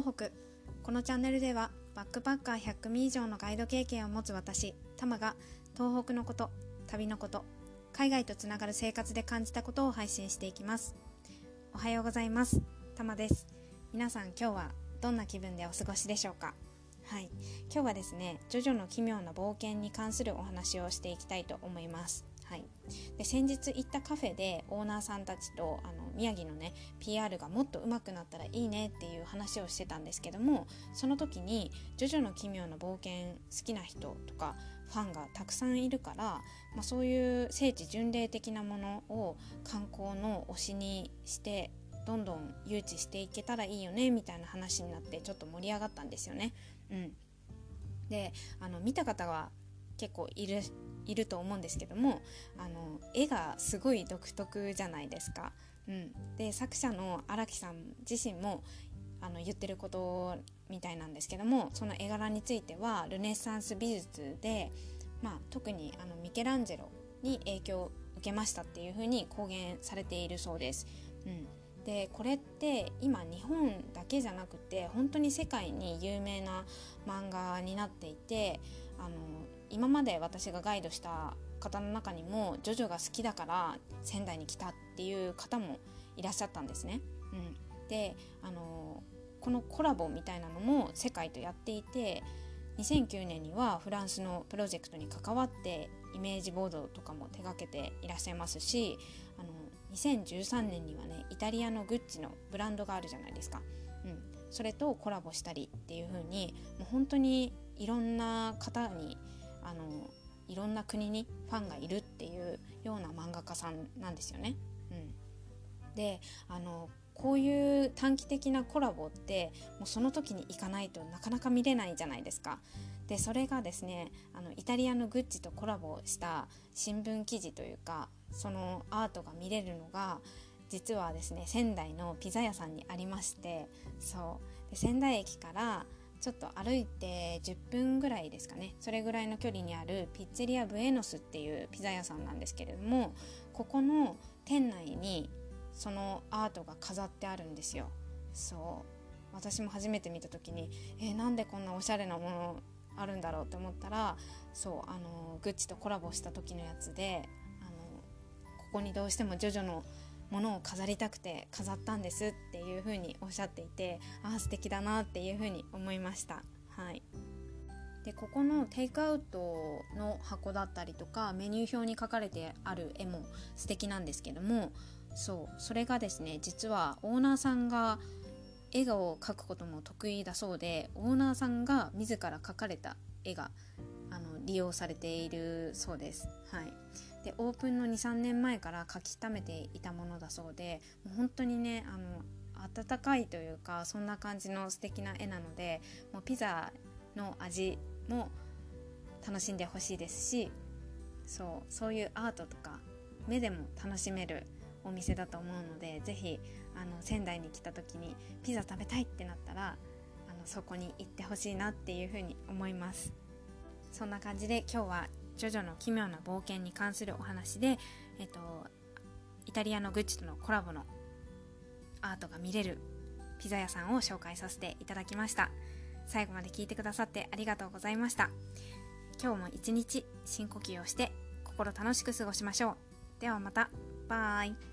東北。このチャンネルではバックパッカー100組以上のガイド経験を持つ私、タマが東北のこと、旅のこと、海外とつながる生活で感じたことを配信していきます。おはようございます。タマです。皆さん今日はどんな気分でお過ごしでしょうか。今日はですね、ジョジョの奇妙な冒険に関するお話をしていきたいと思います。で先日行ったカフェでオーナーさんたちと宮城のね PR がもっと上手くなったらいいねっていう話をしてたんですけども、その時にジョジョの奇妙な冒険好きな人とかファンがたくさんいるから、そういう聖地巡礼的なものを観光の推しにしてどんどん誘致していけたらいいよねみたいな話になってちょっと盛り上がったんですよね。で見た方は結構いると思うんですけども、絵がすごい独特じゃないですか。で作者の荒木さん自身も言ってることみたいなんですけども、その絵柄についてはルネッサンス美術で、特にミケランジェロに影響を受けましたっていう風に公言されているそうです。でこれって今日本だけじゃなくて本当に世界に有名な漫画になっていて、今まで私がガイドした方の中にもジョジョが好きだから仙台に来たっていう方もいらっしゃったんですね。でこのコラボみたいなのも世界とやっていて、2009年にはフランスのプロジェクトに関わってイメージボードとかも手掛けていらっしゃいますし、2013年にはねイタリアのグッチのブランドがあるじゃないですか。それとコラボしたりっていう風にもう本当にいろんな方にいろんな国にファンがいるっていうような漫画家さんなんですよね。でこういう短期的なコラボってもうその時に行かないとなかなか見れないじゃないですか。でそれがですねイタリアのグッチとコラボした新聞記事というか、そのアートが見れるのが実はですね仙台のピザ屋さんにありまして、で仙台駅からちょっと歩いて10分ぐらいですかね、それぐらいの距離にあるピッツェリアブエノスっていうピザ屋さんなんですけれども、ここの店内にそのアートが飾ってあるんですよ。私も初めて見た時になんでこんなおしゃれなものあるんだろうって思ったら、グッチとコラボした時のやつでここにどうしてもジョジョのものを飾りたくて飾ったんですっていう風におっしゃっていて、素敵だなっていう風に思いました。でここのテイクアウトの箱だったりとかメニュー表に書かれてある絵も素敵なんですけども、それがですね実はオーナーさんが絵を描くことも得意だそうで、オーナーさんが自ら描かれた絵が利用されているそうです。でオープンの 2,3 年前から描き溜めていたものだそうで、もう本当にね温かいというかそんな感じの素敵な絵なので、もうピザの味も楽しんでほしいですし、そういうアートとか目でも楽しめるお店だと思うので、ぜひ仙台に来た時にピザ食べたいってなったらそこに行ってほしいなっていうふうに思います。そんな感じで今日はジョジョの奇妙な冒険に関するお話で、イタリアのグッチとのコラボのアートが見れるピザ屋さんを紹介させていただきました。最後まで聞いてくださってありがとうございました。今日も一日深呼吸をして心楽しく過ごしましょう。ではまた。バイ。